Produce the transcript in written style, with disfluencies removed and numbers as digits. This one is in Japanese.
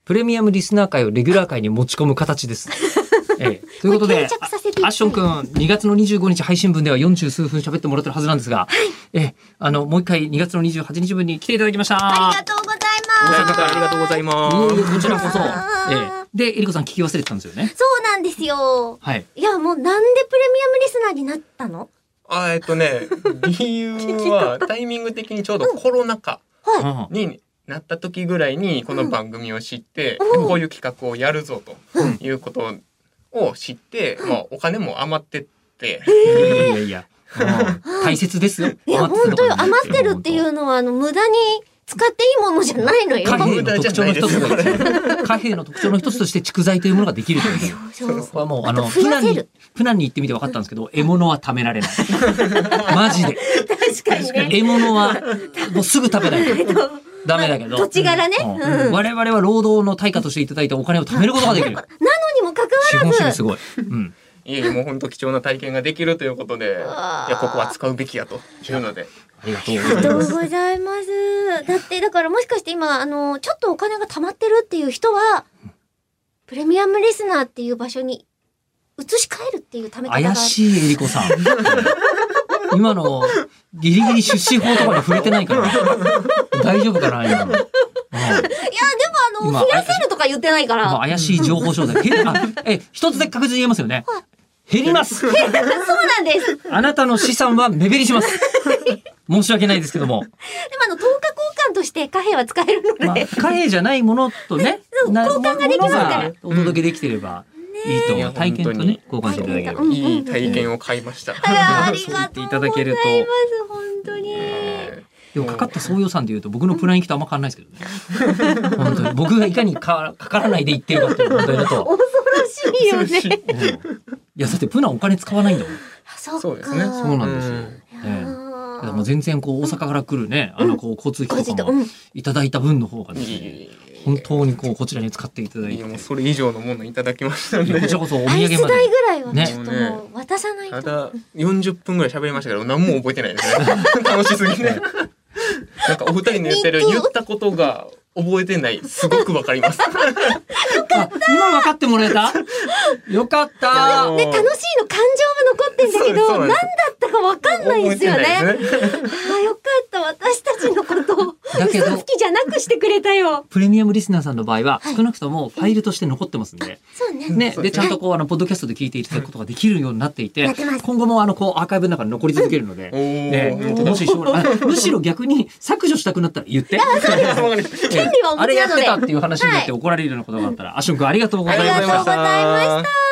プレミアムリスナー会をレギュラー会に持ち込む形です。ということで、アッション君、2月の25日配信分では40数分喋ってもらってるはずなんですが、もう一回2月の28日分に来ていただきました。 ありがとうございます。 大阪からありがとうございます。 こちらこそ。で、えりこさん聞き忘れてたんですよね。 そうなんですよ。 はい。 いや、もうなんでプレミアムリスナーになったの？ 理由はタイミング的にちょうどコロナ禍になった時ぐらいにこの番組を知って、こういう企画をやるぞということを知って、お金も余ってって、 いや大切ですよ。 いや本当よ、余ってるっていうのは無駄に使っていいものじゃないのよ。 貨幣の特徴の一つ貨幣の特徴の一つとして蓄財というものができるという。これはもうプナンに行ってみて分かったんですけど、獲物は貯められない。マジで。 確かにね。 獲物はもうすぐ食べないとダメだけど。 土地柄ね。 我々は労働の対価としていただいたお金を貯めることができる。なのにもかかわらず。 資本主義すごい。 もう本当貴重な体験ができるということで、ここは使うべきやというので。 ありがとうございます。だからもしかして今ちょっとお金が貯まってるっていう人はプレミアムリスナーっていう場所に移し替えるっていうため怪しいえりこさん。今のギリギリ出資法とかに触れてないから大丈夫かな今の。いやでも増やせるとか言ってないから。 怪しい情報商材。一つだけ確実に言えますよね。減ります。そうなんです。 あなたの資産は目減りします。申し訳ないですけども。でも 10日交換として貨幣は使えるので。 貨幣じゃないものとね、 交換ができますから。 お届けできてればいいと思う。体験とね、交換していただければ。 いい体験を買いました。 ありがとうございます。本当に。 でもかかった総予算でいうと僕のプラン行きとあんま変わらないですけどね。本当に僕がいかにかからないで言ってるかっていう問題だと。 恐ろしいよね。 いやだってプランお金使わないんだもん。 そうですね。 そうなんですよ。もう全然大阪から来るね、交通費とかもいただいた分の方がですね、本当にこちらに使っていただいて、 もうそれ以上のものいただきましたね。 こちらこそお土産まで。 アイス代ぐらいはね、ちょっともう渡さないと。 ただ40分ぐらい喋りましたけど何も覚えてないですね。楽しすぎて。なんかお二人の言ったことが覚えてない。すごくわかります。 今分かってもらえた？よかった。 楽しいの感情も残ってんだけど、何だったか分かんないんですよね。よかった、私たちのことを嘘つきじゃなくしてくれたよ。 プレミアムリスナーさんの場合は少なくともファイルとして残ってますんで、でちゃんとポッドキャストで聞いていただくことができるようになっていて、今後もアーカイブの中に残り続けるので、むしろ逆に削除したくなったら言って。 権利はお持ちなので。 あれやってたっていう話になって怒られるようなことがあったら、アッション君ありがとうございました。 ありがとうございました。